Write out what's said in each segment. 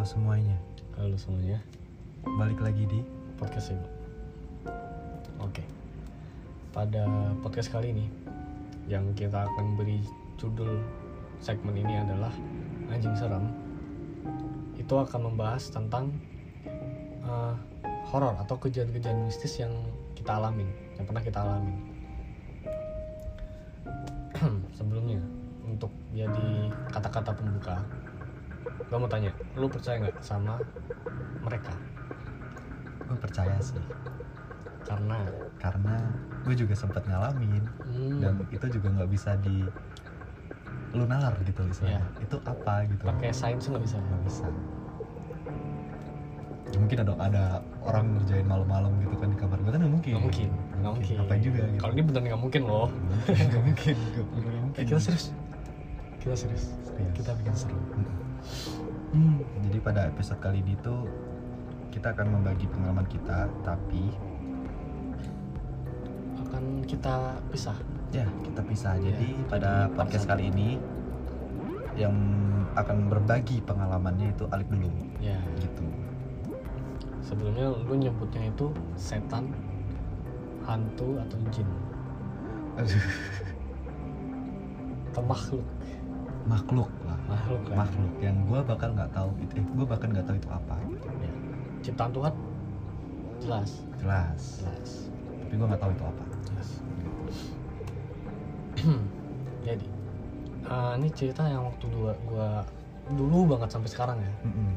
Halo semuanya, balik lagi di podcast ini. Oke, pada podcast kali ini yang kita akan beri judul segmen ini adalah Anjing Seram. Itu akan membahas tentang horor atau kejadian-kejadian mistis yang kita alamin, yang pernah kita alamin. Sebelumnya, untuk jadi kata-kata pembuka, gue mau tanya, lu percaya nggak sama mereka? gue percaya sih, Karena gue juga sempat ngalamin dan itu juga nggak bisa di lu nalar gitu istilahnya. Itu apa gitu? pakai sains nggak bisa. Nggak bisa. Ya, mungkin ada orang ngerjain malam-malam gitu kan di kamar gue, kan nggak mungkin. Nggak mungkin. Ngapain juga gitu. Kalau ini beneran nggak mungkin loh. Nggak mungkin. Kita serius. Kita bikin seru. Jadi pada episode kali ini tuh kita akan membagi pengalaman kita, tapi Akan kita pisah. ya kita pisah. Jadi Ya, pada jadi podcast part kali ini yang akan berbagi pengalamannya itu Alif dulu Ya, gitu. sebelumnya lu nyebutnya itu setan, hantu atau jin atau makhluk Makhluk kan? makhluk yang gue bakal nggak tahu itu, gue bahkan nggak tahu itu apa gitu. Ya. Ciptaan Tuhan jelas. Tapi gue nggak tahu itu apa. Jadi ini cerita yang waktu gua dulu banget sampai sekarang ya.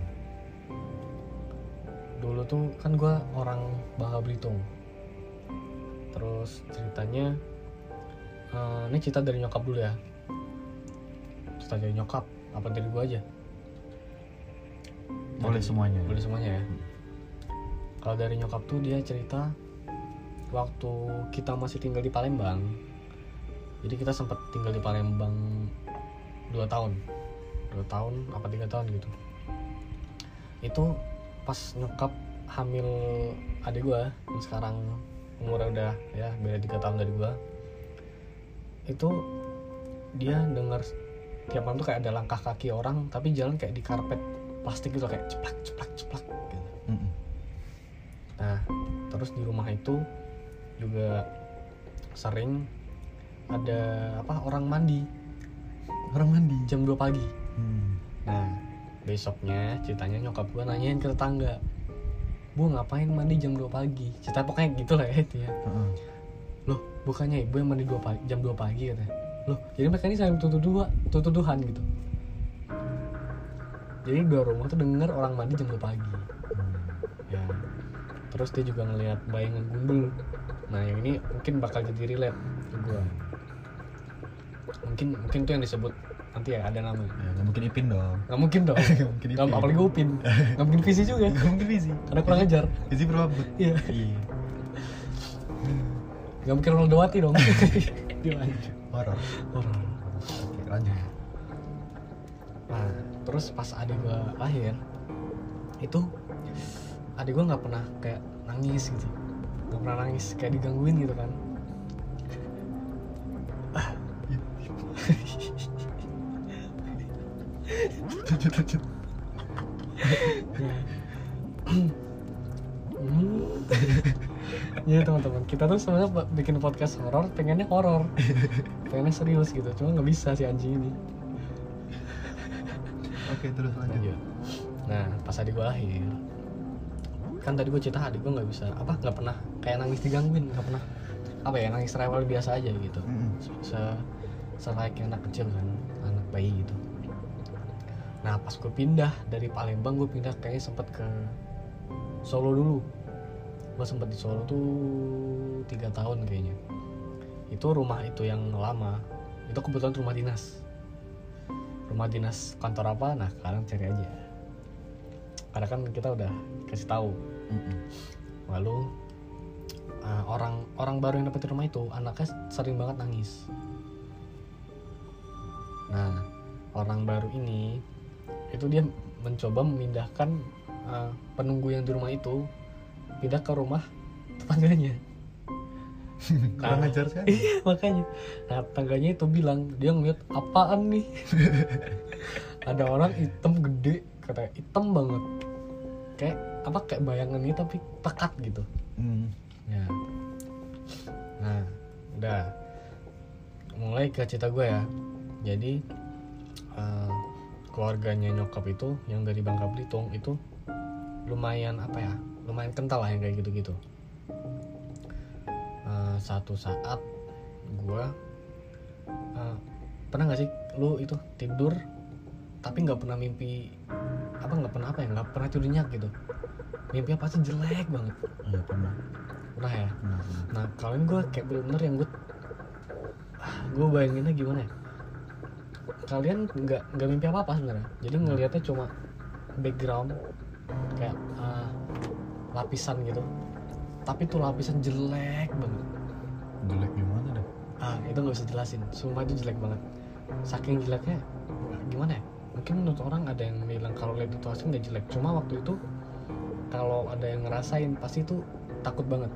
Dulu tuh kan gua orang Bangka Belitung. Terus ceritanya ini cerita dari nyokap dulu ya. Cerita dari nyokap apa dari gua aja? Boleh semuanya. Boleh semuanya ya. Kalau dari nyokap tuh dia cerita waktu kita masih tinggal di Palembang. Jadi kita sempat tinggal di Palembang 2 tahun apa 3 tahun gitu. Itu pas nyokap hamil adik gue yang sekarang umurnya udah ya beda 3 tahun dari gue. Itu dia dengar tiap malam tuh kayak ada langkah kaki orang, tapi jalan kayak di karpet plastik gitu, kayak ceplak gitu. Nah terus di rumah itu juga sering ada orang mandi jam 2 pagi. Nah besoknya ceritanya nyokap gue nanyain ke tetangga, "Bu ngapain mandi jam 2 pagi?" Cerita pokoknya gitu lah ya itu ya. Loh bukannya ibu yang mandi jam 2 pagi katanya. Loh jadi mereka ini saling tuduhan gitu. Jadi dua rumah tuh denger orang mandi jam 2 pagi. Ya. Terus dia juga ngelihat bayangan gundul. Nah yang ini mungkin bakal jadi relate ke gue. Mungkin tuh yang disebut nanti ya ada nama. Ya, nggak mungkin Ipin dong. Nggak mungkin dong. Nggak, apalagi Upin. Nggak mungkin Visi juga. Nggak mungkin Visi. Karena kurang ajar. Visi berabut. Iya. Nggak mungkin Roldowati dong. Dia lanjut. Horor. Oke, lanjut. Nah terus pas adik gue lahir itu adik gue nggak pernah kayak nangis gitu. Nggak pernah nangis kayak digangguin gitu kan. Ya teman-teman, kita tuh sebenarnya bikin podcast horor, pengennya serius gitu, cuma nggak bisa si anjing ini. Oke, terus lanjut. Nah pas adik gue lahir, kan tadi gue cerita adik gue nggak pernah kayak nangis digangguin, nggak pernah nangis rewel biasa aja gitu. Selayaknya anak kecil kan, anak bayi gitu. Nah pas gue pindah dari Palembang, gue pindah kayaknya sempet ke Solo dulu. Gue sempet di Solo tuh 3 tahun kayaknya. Itu rumah itu yang lama, itu kebetulan rumah dinas kantor apa. Nah kalian cari aja, karena kan kita udah kasih tahu. Lalu orang baru yang dapetin rumah itu anaknya sering banget nangis. Nah orang baru ini itu dia mencoba memindahkan penunggu yang di rumah itu pindah ke rumah tetangganya. Kurang ajar kan? Iya makanya. Nah tetangganya itu bilang, dia ngeliat apaan nih. ada orang hitam gede, katanya hitam banget, kayak bayangan ini tapi pekat gitu. Ya. Nah udah mulai ke cerita gue ya. Jadi keluarganya nyokap itu yang dari Bangka Belitung itu lumayan lumayan kental lah yang kayak gitu-gitu. Satu saat gue pernah nggak sih lu itu tidur tapi nggak pernah mimpi nggak pernah tidur nyenyak gitu, mimpi apa sih jelek banget? Iya pernah ya. Nah kalau ini gue kayak bener-bener yang gue bayanginnya gimana ya, kalian nggak mimpi apa sebenarnya, jadi ngelihatnya cuma background kayak lapisan gitu, tapi tuh lapisan jelek banget. Jelek gimana deh? Itu nggak bisa jelasin, sumpah itu jelek banget, saking jeleknya gimana ya, mungkin menurut orang ada yang bilang kalau lihat itu asing nggak jelek, cuma waktu itu kalau ada yang ngerasain pasti itu takut banget.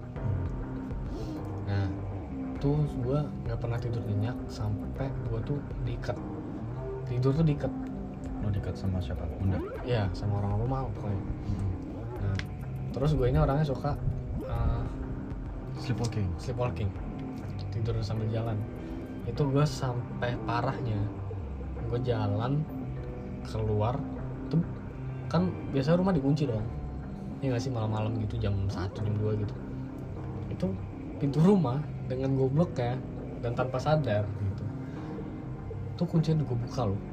Nah tuh gue nggak pernah tidur nyenyak sampai gue tuh tidur tuh diikat. Lo diikat sama siapa? Bunda? Ya sama orang rumah pokoknya. Nah terus gue ini orangnya suka sleepwalking, tidur sambil jalan. Itu gue sampai parahnya gue jalan keluar tuh kan biasa rumah dikunci dong ya nggak sih, malam-malam gitu jam 1 jam 2 gitu, itu pintu rumah dengan goblok ya dan tanpa sadar gitu tuh kuncinya gue buka loh,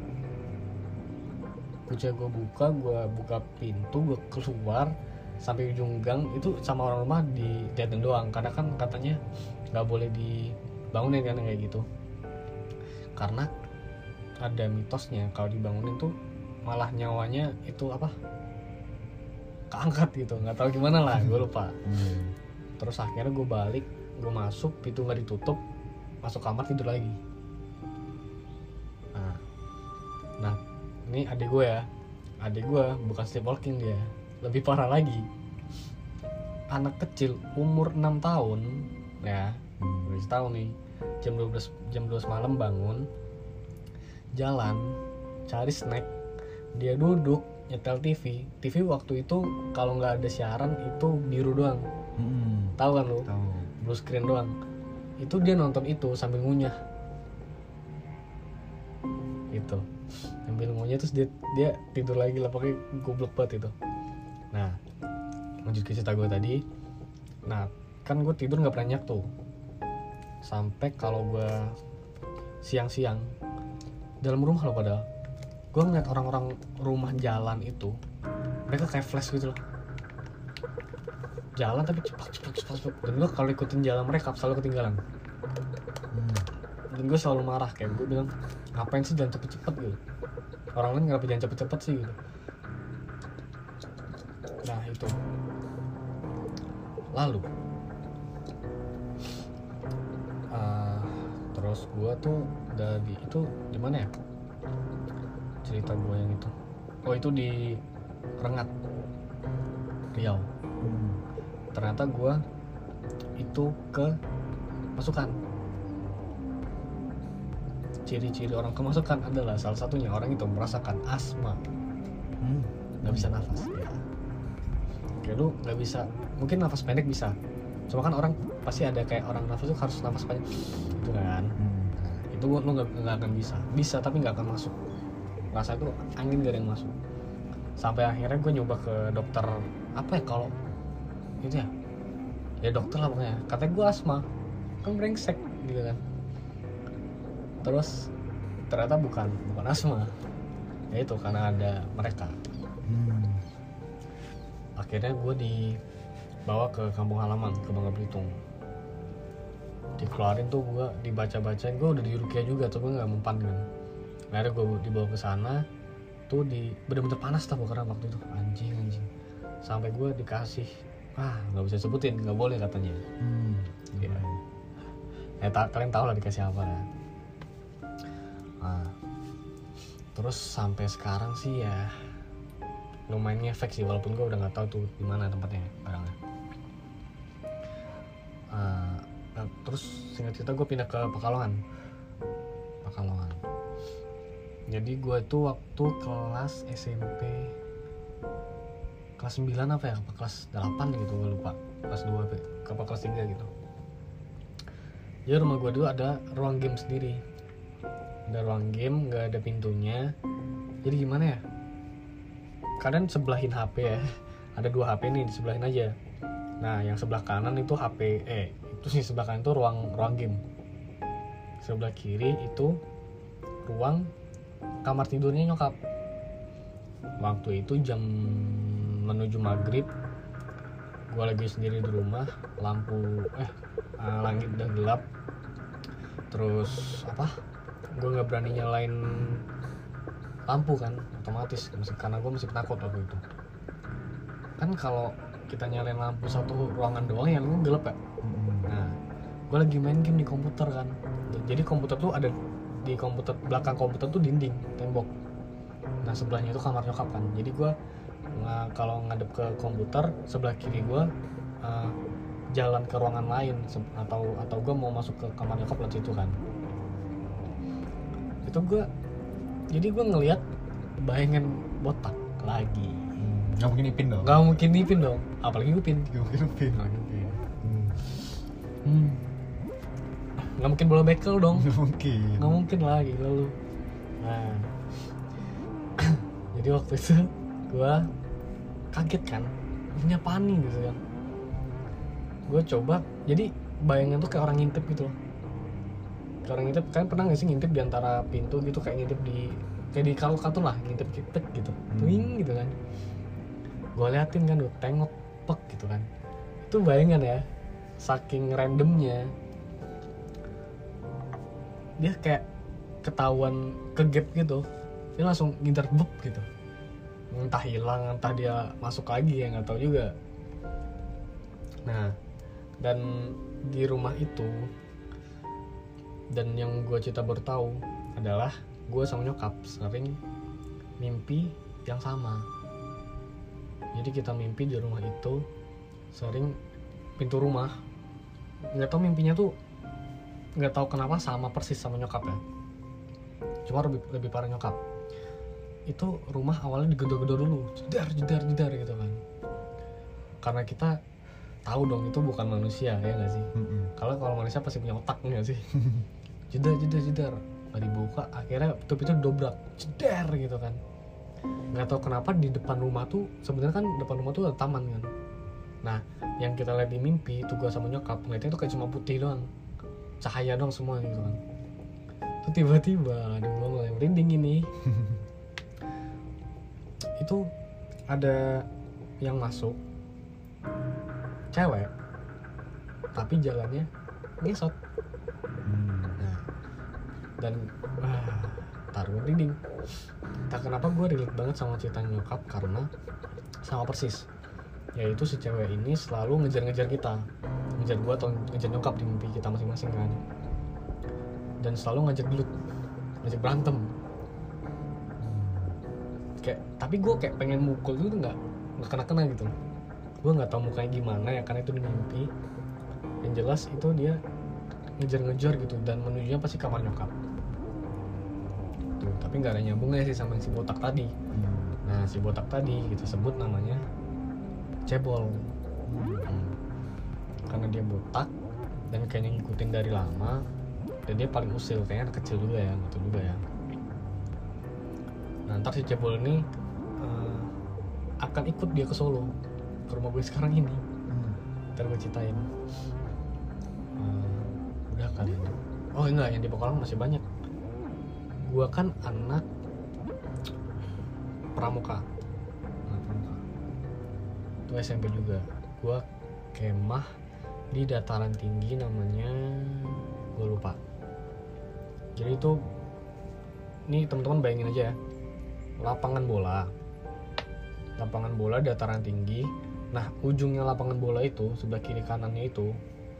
gue buka pintu, gue keluar sampai ujung gang itu sama orang rumah diliatin doang, karena kan katanya nggak boleh dibangunin kan kayak gitu, karena ada mitosnya kalau dibangunin tuh malah nyawanya itu keangkat gitu, nggak tahu gimana lah, gue lupa. Terus akhirnya gue balik, gue masuk, pintu nggak ditutup, masuk kamar tidur lagi. Nah ini adik gue bukan sleepwalking, dia lebih parah lagi, anak kecil umur 6 tahun ya, udah tahu nih jam 12 malam bangun, jalan cari snack, dia duduk nyetel TV waktu itu kalau nggak ada siaran itu biru doang, tahu kan lu? Tahu. Blue screen doang, itu dia nonton itu sambil ngunyah itu, sambil ngunyah terus dia tidur lagi lah, pokoknya goblok banget itu. Nah lanjut ke cerita gue tadi. Nah kan gue tidur nggak pernah nyenyak tuh, sampai kalau gue siang-siang dalam rumah loh, padahal gue ngeliat orang-orang rumah jalan itu mereka kayak flash gitu loh, jalan tapi cepat, dan gue kalau ikutin jalan mereka selalu ketinggalan. Dan gue selalu marah, kayak gue bilang ngapain sih jangan cepet-cepet gitu, orang lain kenapa jangan cepet-cepet sih gitu. Nah itu lalu terus gue tuh dari itu di mana ya cerita gue yang itu, itu di Rengat, Riau. Ternyata gue itu kemasukan. Ciri-ciri orang kemasukan adalah salah satunya orang itu merasakan asma, nggak bisa nafas ya. Kayak lu nggak bisa, mungkin nafas pendek bisa, cuma kan orang pasti ada kayak orang nafas itu harus nafas panjang itu kan. Nah, itu lu nggak akan bisa tapi nggak akan masuk, rasa itu angin gak ada yang masuk. Sampai akhirnya gue nyoba ke dokter kalau itu ya dokter lah pokoknya, katanya gue asma, kan brengsek gitu kan. Terus ternyata bukan asma, ya itu karena ada mereka. Akhirnya gue dibawa ke kampung halaman, ke Bangka Belitung, dikeluarin tuh, gue dibaca-bacain, gue udah di Rukia juga tapi nggak mempan kan. Akhirnya gue dibawa ke sana tuh, bener-bener panas lah karena waktu itu anjing sampai gue dikasih nggak bisa sebutin, nggak boleh katanya. Kalian tahu lah dikasih apa kan. Terus sampai sekarang sih ya lumayan ngefek sih, walaupun gue udah nggak tahu tuh di mana tempatnya barangnya. Terus singkat cerita gue pindah ke Pekalongan. Jadi gue tuh waktu kelas SMP kelas 9 apa ya, apa kelas 8 gitu, gue lupa, kelas 2 apa kelas 3 gitu. Jadi rumah gue dulu ada ruang game sendiri, ada ruang game, gak ada pintunya. Jadi gimana ya, kalian sebelahin HP ya, ada 2 HP nih, disebelahin aja. Nah yang sebelah kanan itu HP, itu sih sebelah kanan itu ruang game, sebelah kiri itu ruang kamar tidurnya nyokap. Waktu itu jam menuju maghrib, gue lagi sendiri di rumah, langit udah gelap, terus gue nggak berani nyalain lampu kan, otomatis karena gue masih penakut waktu itu. Kan kalau kita nyalain lampu satu ruangan doang ya lu gelap ya. Nah gue lagi main game di komputer kan, jadi komputer tuh ada di komputer, belakang komputer tuh dinding tembok, nah sebelahnya itu kamar nyokap kan. Jadi gue kalau ngadep ke komputer, sebelah kiri gue jalan ke ruangan lain, atau gue mau masuk ke kamar nyokap lewat situ kan. Itu jadi gue ngelihat bayangan botak lagi. Nggak mungkin Ipin dong. Nggak mungkin Ipin dong, apalagi Upin. Nggak mungkin Ipin. Nggak mungkin bola bekel dong. Nggak mungkin lagi lalu. Nah jadi waktu itu gue kaget kan, punya panik gitu kan. Gue coba, jadi bayangan tuh kayak orang ngintip gitu loh, kayak orang ngintip. Kalian pernah nggak sih ngintip di antara pintu gitu, kayak ngintip kayak di kartun lah, ngintip gitu, twing gitu kan. Gue liatin kan, gue tengok pek gitu kan, itu bayangan ya, saking randomnya dia kayak ketahuan kegap gitu, dia langsung nginter bep gitu. Entah hilang, entah dia masuk lagi, ya nggak tahu juga. Nah dan di rumah itu, dan yang gue cerita baru tahu adalah gue sama nyokap sering mimpi yang sama. Jadi kita mimpi di rumah itu sering pintu rumah, nggak tahu mimpinya tuh nggak tahu kenapa sama persis sama nyokap ya, cuma lebih parah nyokap. Itu rumah awalnya digedor-gedor dulu, jedar gitu kan, karena kita tahu dong itu bukan manusia, ya nggak sih? Kalau manusia pasti punya otak, nggak sih? jedar nggak dibuka, akhirnya pintu dobrak, jedar gitu kan. Nggak tahu kenapa di depan rumah tuh, sebenarnya kan depan rumah tuh ada taman kan. Nah yang kita lihat di mimpi itu gue sama nyokap ngeliatnya tuh kayak cuma putih doang, cahaya doang semua gitu kan. Tuh tiba-tiba, aduh gue mulai merinding ini. Itu ada yang masuk, cewek, tapi jalannya ngesot. Nah, dan taruh merinding. Tak kenapa gue relate banget sama cerita nyokap, karena sama persis. Yaitu si cewek ini selalu ngejar-ngejar kita, ngejar gue atau ngejar nyokap di mimpi kita masing-masing kan. Dan selalu ngajak gelut, ngajak berantem. Kayak, tapi gue kayak pengen mukul gitu, nggak kena gitu. Gue nggak tahu mukanya gimana ya, karena itu di mimpi. Yang jelas itu dia ngejar-ngejar gitu, dan menujunya pasti kamar nyokap. Tuh, tapi nggak ada nyambungnya sih sama si botak tadi. Nah si botak tadi kita sebut namanya Cebol. Karena dia botak dan kayaknya ngikutin dari lama, dan dia paling usil, kayaknya anak kecil juga ya, gitu juga ya. Nah ntar si Cebol ini akan ikut dia ke Solo, ke rumah gue sekarang ini. Ntar gue ceritain. Udah kali itu. Oh enggak, yang di Pekalongan masih banyak. Gue kan anak pramuka. Itu SMP juga. Gue kemah di dataran tinggi, namanya gue lupa. Jadi itu, ini teman-teman bayangin aja ya, lapangan bola dataran tinggi. Nah ujungnya lapangan bola itu, sebelah kiri kanannya itu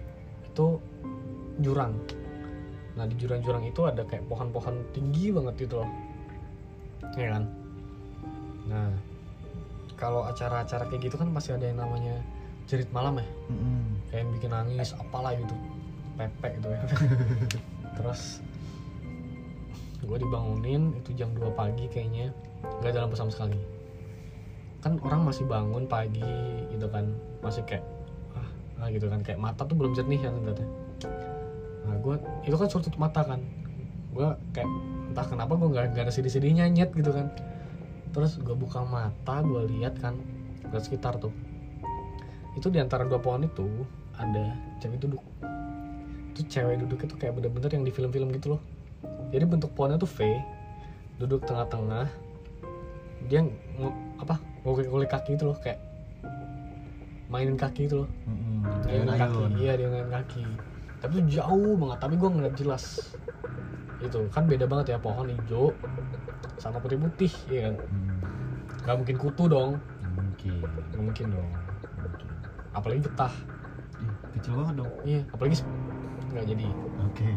jurang. Nah di jurang-jurang itu ada kayak pohon-pohon tinggi banget gitu loh, ya kan. Nah kalau acara-acara kayak gitu kan pasti ada yang namanya jerit malam ya, kayak yang bikin nangis apalah gitu, pepek gitu ya. Terus gue dibangunin itu jam 2 pagi kayaknya, nggak ada lampu sama sekali. Kan orang masih bangun pagi gitu kan, masih kayak gitu kan, kayak mata tuh belum jernih kan ternyata. Nah gue itu kan suruh tutup mata kan, gue kayak entah kenapa gue nggak ada sedih-sedihnya nyet gitu kan. Terus gue buka mata, gue lihat kan ke sekitar tuh, itu di antara 2 pohon itu ada cewek duduk. Itu cewek duduk itu kayak bener-bener yang di film-film gitu loh. Jadi bentuk pohonnya tuh V, duduk tengah-tengah, dia ngolek kaki gitu loh, kayak mainin kaki gitu loh. Mainin kaki, iya dia mainin kaki. Tapi tuh jauh banget, tapi gue ngeliat jelas. Itu kan beda banget ya, pohon hijau sama putih-putih, ya kan. Gak mungkin kutu dong. Gak mungkin dong. Apalagi getah. Kecil banget dong. Iya, apalagi nggak jadi. Oke.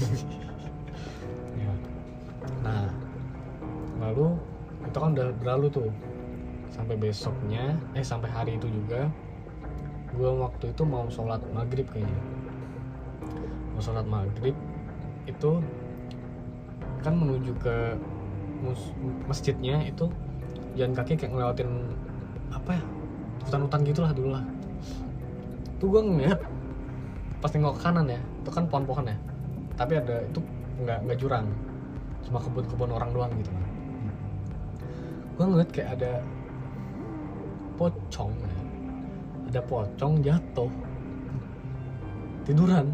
Ya. Nah, lalu itu kan udah berlalu tuh. Sampai besoknya, sampai hari itu juga, gue waktu itu mau sholat maghrib kayaknya. Mau sholat maghrib itu kan menuju ke masjidnya itu jalan kaki kayak ngelewatin hutan-hutan gitulah dulu lah. Tuh gue ngeliat pas nengok ke kanan ya, itu kan pohon-pohon ya, tapi ada itu nggak jurang, cuma kebun-kebun orang doang gitu kan. Gue ngeliat kayak ada pocong jatuh tiduran.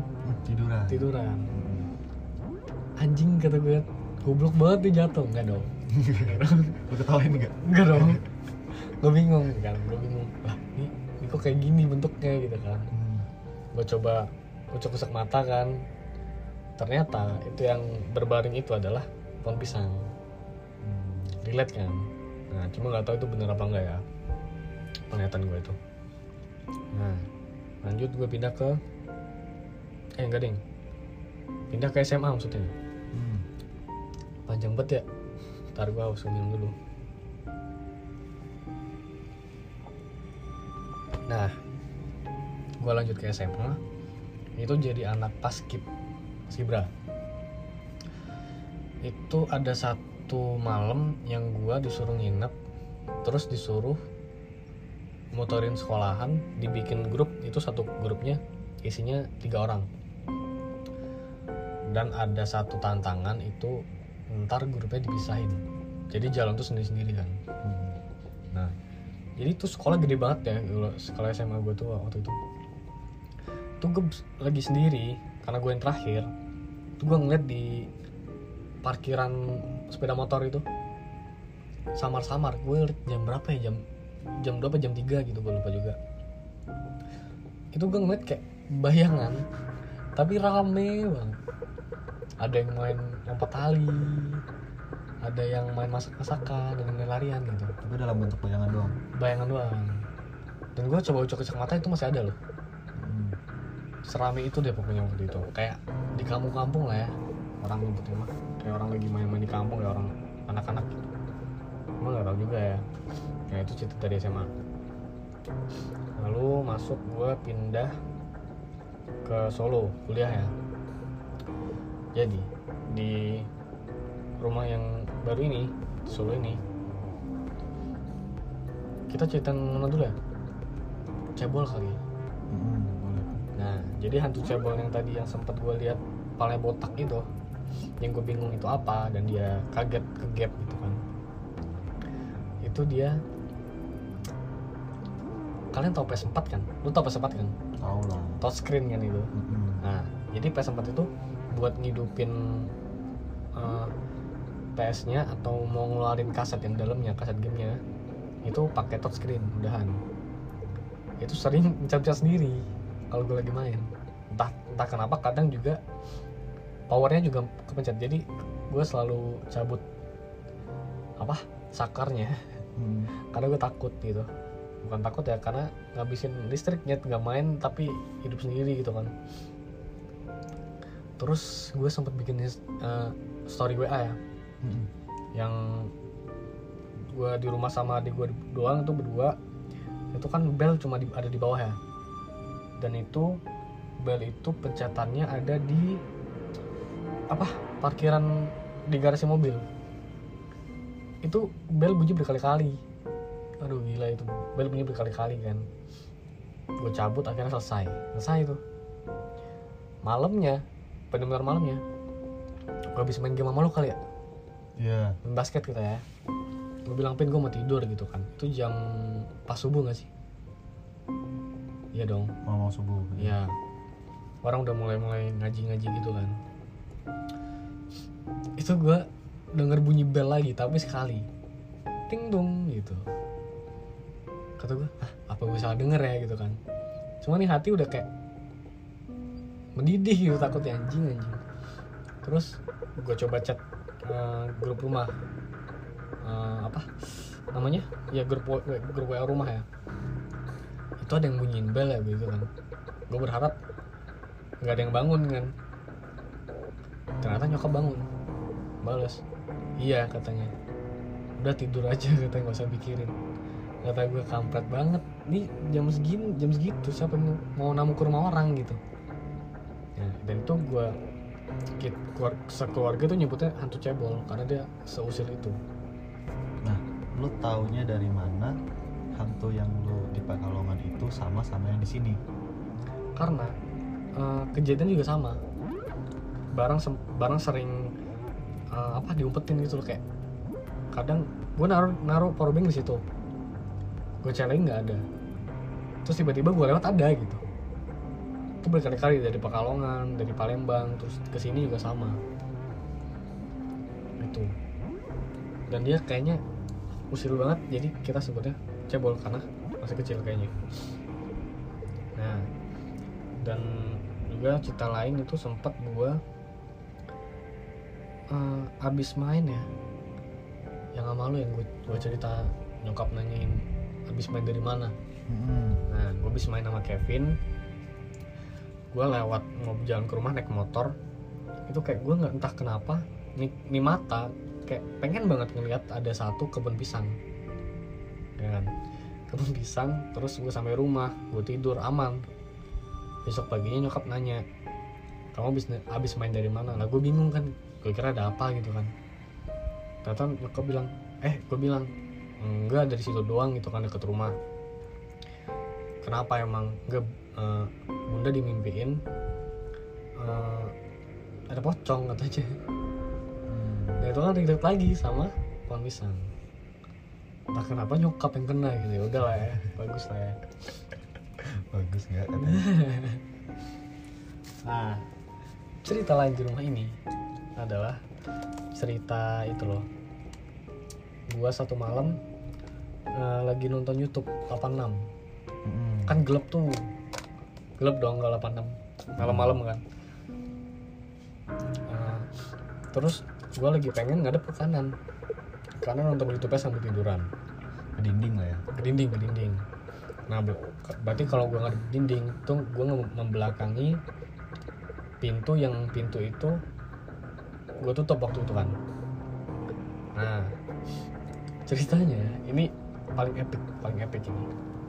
Anjing kata gue, goblok banget dia jatuh. Enggak dong. Lu ketawain nggak? Enggak dong. Gue bingung lah, ini kok kayak gini bentuknya gitu kan. Gue coba ucek-ucek mata kan, ternyata itu yang berbaring itu adalah pohon pisang. Relate kan. Nah cuma nggak tahu itu bener apa enggak ya penglihatan gue itu. Nah lanjut gue pindah ke pindah ke SMA maksudnya. Panjang banget ya, ntar gue harus minum dulu. Nah gue lanjut ke SMA, itu jadi anak paskibra. Itu ada satu malam yang gue disuruh nginep, terus disuruh motorin sekolahan, dibikin grup. Itu satu grupnya isinya 3 orang, dan ada satu tantangan itu ntar grupnya dipisahin, jadi jalan tuh sendiri-sendiri kan. Nah jadi tuh sekolah gede banget ya, sekolah SMA gue tuh waktu itu gue lagi sendiri karena gue yang terakhir. Tuh gue ngeliat di parkiran sepeda motor itu samar-samar. Gue liat jam berapa ya, jam 2 jam 3 gitu, gue lupa juga. Itu gue ngeliat kayak bayangan tapi rame banget. Ada yang main lompat tali, ada yang main masak-masakan, ada yang main larian gitu. Tapi dalam bentuk bayangan doang. Dan gue coba ucek-ucek mata, itu masih ada loh. Serame itu deh pokoknya waktu itu, kayak di kampung-kampung lah ya orang nyebutnya mah, kayak orang lagi main-main di kampung, kayak orang anak-anak gitu. Gue nggak tahu juga ya. Nah itu cerita dari SMA. Lalu masuk, gue pindah ke Solo kuliah ya. Jadi di rumah yang baru ini, Solo ini, kita ceritain mana dulu ya? Cebol kali. Nah jadi hantu cebol yang tadi yang sempat gue lihat kepalanya botak itu, yang gue bingung itu apa, dan dia kaget kegap gitu kan. Itu dia, kalian tau PS4 kan? Lu tau PS4 kan? Tau lah. Touchscreen kan itu. Nah jadi PS4 itu buat ngidupin PS-nya atau mau ngeluarin kaset yang dalamnya, kaset gamenya, itu pakai touchscreen udahan. Itu sering mencap-cap sendiri kalau gue lagi main. Entah kenapa kadang juga powernya juga kepencet. Jadi gue selalu cabut sakarnya karena gue takut gitu. Bukan takut ya, karena ngabisin listriknya, nggak main tapi hidup sendiri gitu kan. Terus gue sempat bikin story WA ya, yang gue di rumah sama adik gue doang tuh berdua. Itu kan bel cuma ada di bawah ya, dan itu bel itu pencetannya ada di parkiran di garasi mobil. Itu bel bunyi berkali-kali. Aduh gila itu, bel bunyi berkali-kali kan. Gue cabut, akhirnya selesai itu. Malamnya, benar-benar malamnya, gue habis main game sama lo kali ya. Iya. Main basket kita ya. Gue bilang Pin gue mau tidur gitu kan. Itu jam pas subuh gak sih? Iya dong. Mau subuh. Iya. Orang udah mulai ngaji gitu kan. Itu gue denger bunyi bel lagi, tapi sekali. Ting dong gitu. Kata gue, apa gue salah denger ya gitu kan. Cuma nih hati udah kayak mendidih gitu, takutnya anjing. Terus gue coba chat grup rumah, apa namanya ya, grup WA rumah ya. Itu ada yang bunyiin bel ya gitu kan. Gue berharap nggak ada yang bangun kan. Ternyata nyokap bangun, balas, iya katanya, udah tidur aja katanya, nggak usah pikirin. Kata gue, kampret banget nih, jam segitu siapa mau namu ke rumah orang gitu. Nah, dan itu gue sekeluarga tuh nyebutnya hantu cebol karena dia seusil itu. Nah, lu taunya dari mana hantu yang lu di Pekalongan itu sama yang di sini? Karena kejadian juga sama. Barang sering diumpetin gitu loh, kayak kadang gue naruh powerbank di situ, gue celein nggak ada, terus tiba-tiba gue lewat ada gitu. Itu berkali-kali dari Pekalongan, dari Palembang, terus kesini juga sama itu. Dan dia kayaknya usil banget, jadi kita sebutnya cebol karena masih kecil kayaknya. Nah, dan juga cerita lain itu sempat gue abis main ya, yang sama lu yang gue cerita, nyokap nanyain abis main dari mana. Nah, gue abis main sama Kevin, gue lewat mau jalan ke rumah naik motor, itu kayak gue nggak entah kenapa nih mata kayak pengen banget ngeliat ada satu kebun pisang, ya kan, kebun pisang. Terus gue sampai rumah, gue tidur aman. Besok paginya nyokap nanya, kamu abis main dari mana? Lah gue bingung kan, gue kira ada apa gitu kan. Ternyata nyokap bilang, gue bilang enggak, dari situ doang gitu kan, deket rumah. Kenapa emang? Enggak, bunda dimimpiin ada pocong katanya. Dan itu kan deket lagi sama pohon pisang. Entah kenapa nyokap yang kena gitu. Ya udah lah ya, bagus lah ya. Bagus nggak katanya? Nah, cerita lain di rumah ini adalah cerita itu loh. Gua satu malam lagi nonton YouTube 86. Kan gelap tuh. Gelap dong kalau 86. Malam-malam kan. Terus gua lagi pengen ngadep ke kanan. Karena nonton YouTube-nya sambil tiduran. Ke dinding lah ya. Ke dinding. Nah, berarti kalau gue ngadep dinding tuh gue membelakangi pintu, yang pintu itu gue tutup waktu itu kan. Nah, ceritanya ini paling epic ini.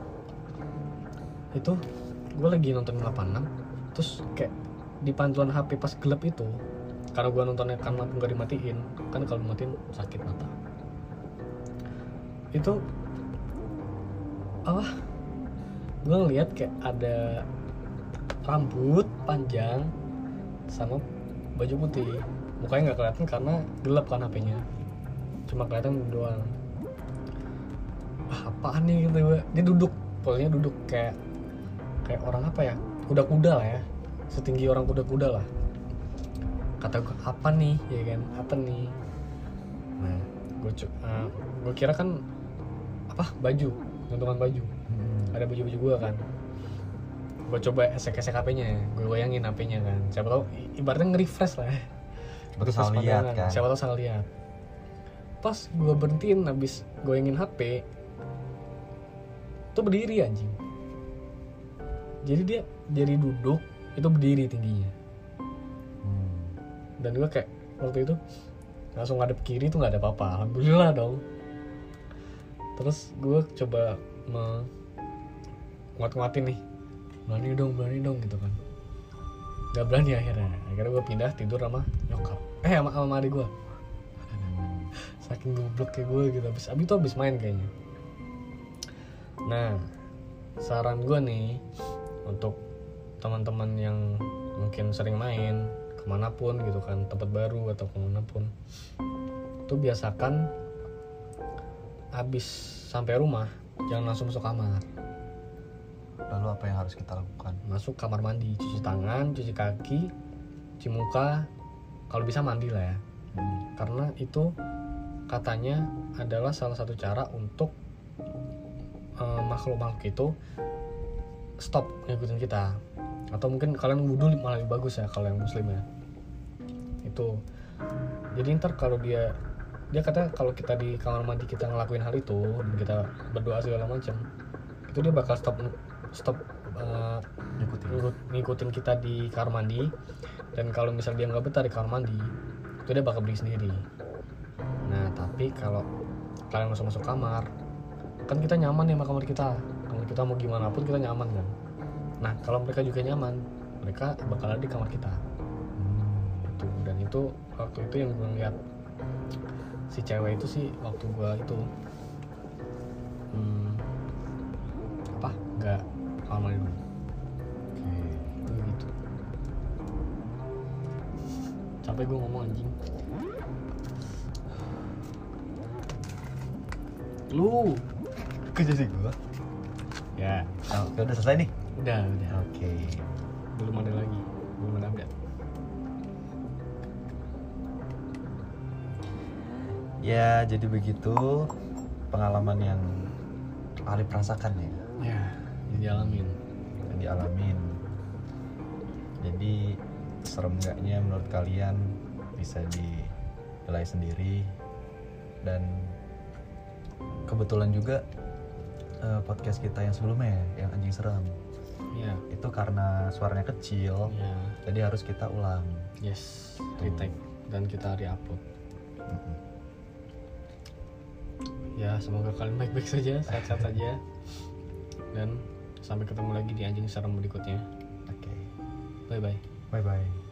Itu gue lagi nonton 86, terus kayak di pantulan HP pas gelap itu, karena gue nontonnya kan lampu gak dimatiin, kan kalau dimatiin sakit mata. Itu gue ngeliat kayak ada rambut panjang sama baju putih. Mukanya nggak kelihatan karena gelap kan HP-nya, cuma kelihatan doang. Apaan nih gitu gue. Dia duduk, polanya duduk kayak orang apa ya, kuda-kuda lah ya, setinggi orang kuda-kuda lah. Kata gue, apa nih ya kan, apa nih. Nah, gue kira kan baju, gantungan baju. Ada baju-baju gue kan. Gue coba esek-esek HP-nya, gue goyangin HP-nya kan. Siapa tahu ibaratnya nge-refresh lah. Siapa tahu salah lihat kan. Siapa tahu salah lihat. Pas gue berhentiin habis goyangin HP, itu berdiri anjing. Jadi dia jadi duduk, itu berdiri tingginya. Dan gue kayak waktu itu langsung ngadep kiri tuh nggak ada apa-apa. Alhamdulillah dong. Terus gue coba nguat-nguatin nih, berani dong gitu kan. Gak berani akhirnya gue pindah tidur sama nyokap, sama adik gue. saking goblok kayak gue gitu. Abis main kayaknya. Nah, saran gue nih untuk teman-teman yang mungkin sering main kemanapun gitu kan, tempat baru atau kemanapun, tuh biasakan abis sampai rumah jangan langsung masuk kamar. Lalu apa yang harus kita lakukan? Masuk kamar mandi, cuci tangan, cuci kaki, cuci muka, kalau bisa mandi lah ya. Karena itu katanya adalah salah satu cara untuk makhluk-makhluk itu stop ngikutin kita. Atau mungkin kalian wudhu malah lebih bagus ya kalau yang muslim ya. Itu jadi ntar kalau dia kata kalau kita di kamar mandi kita ngelakuin hal itu dan kita berdoa segala macam, itu dia bakal stop ngikutin kita di kamar mandi. Dan kalau misalnya dia nggak betah di kamar mandi, itu dia bakal berdiri sendiri. Nah tapi kalau kalian masuk kamar, kan kita nyaman ya sama kamar kita mau gimana pun kita nyaman kan. Nah kalau mereka juga nyaman, mereka bakal ada di kamar kita. Itu, dan itu waktu itu yang gue ngeliat si cewek itu sih, waktu gue itu nggak kamar mandi dulu. Gitu. Capek gue ngomong anjing. Lu Kerja sih gue. ya Udah selesai nih. udah Oke. belum ada lagi, belum ada update. Ya jadi begitu pengalaman yang Alif rasakan ya. Ya dialamin. Yang dialamin. Jadi serem gaknya menurut kalian bisa dinilai sendiri. Dan kebetulan juga podcast kita yang sebelumnya ya, yang anjing serem, Ya itu karena suaranya kecil, ya jadi harus kita ulang. yes, retake dan kita re-upload. Ya semoga kalian baik-baik saja, sehat-sehat saja, dan sampai ketemu lagi di anjing serem berikutnya. Oke. Bye bye. Bye bye.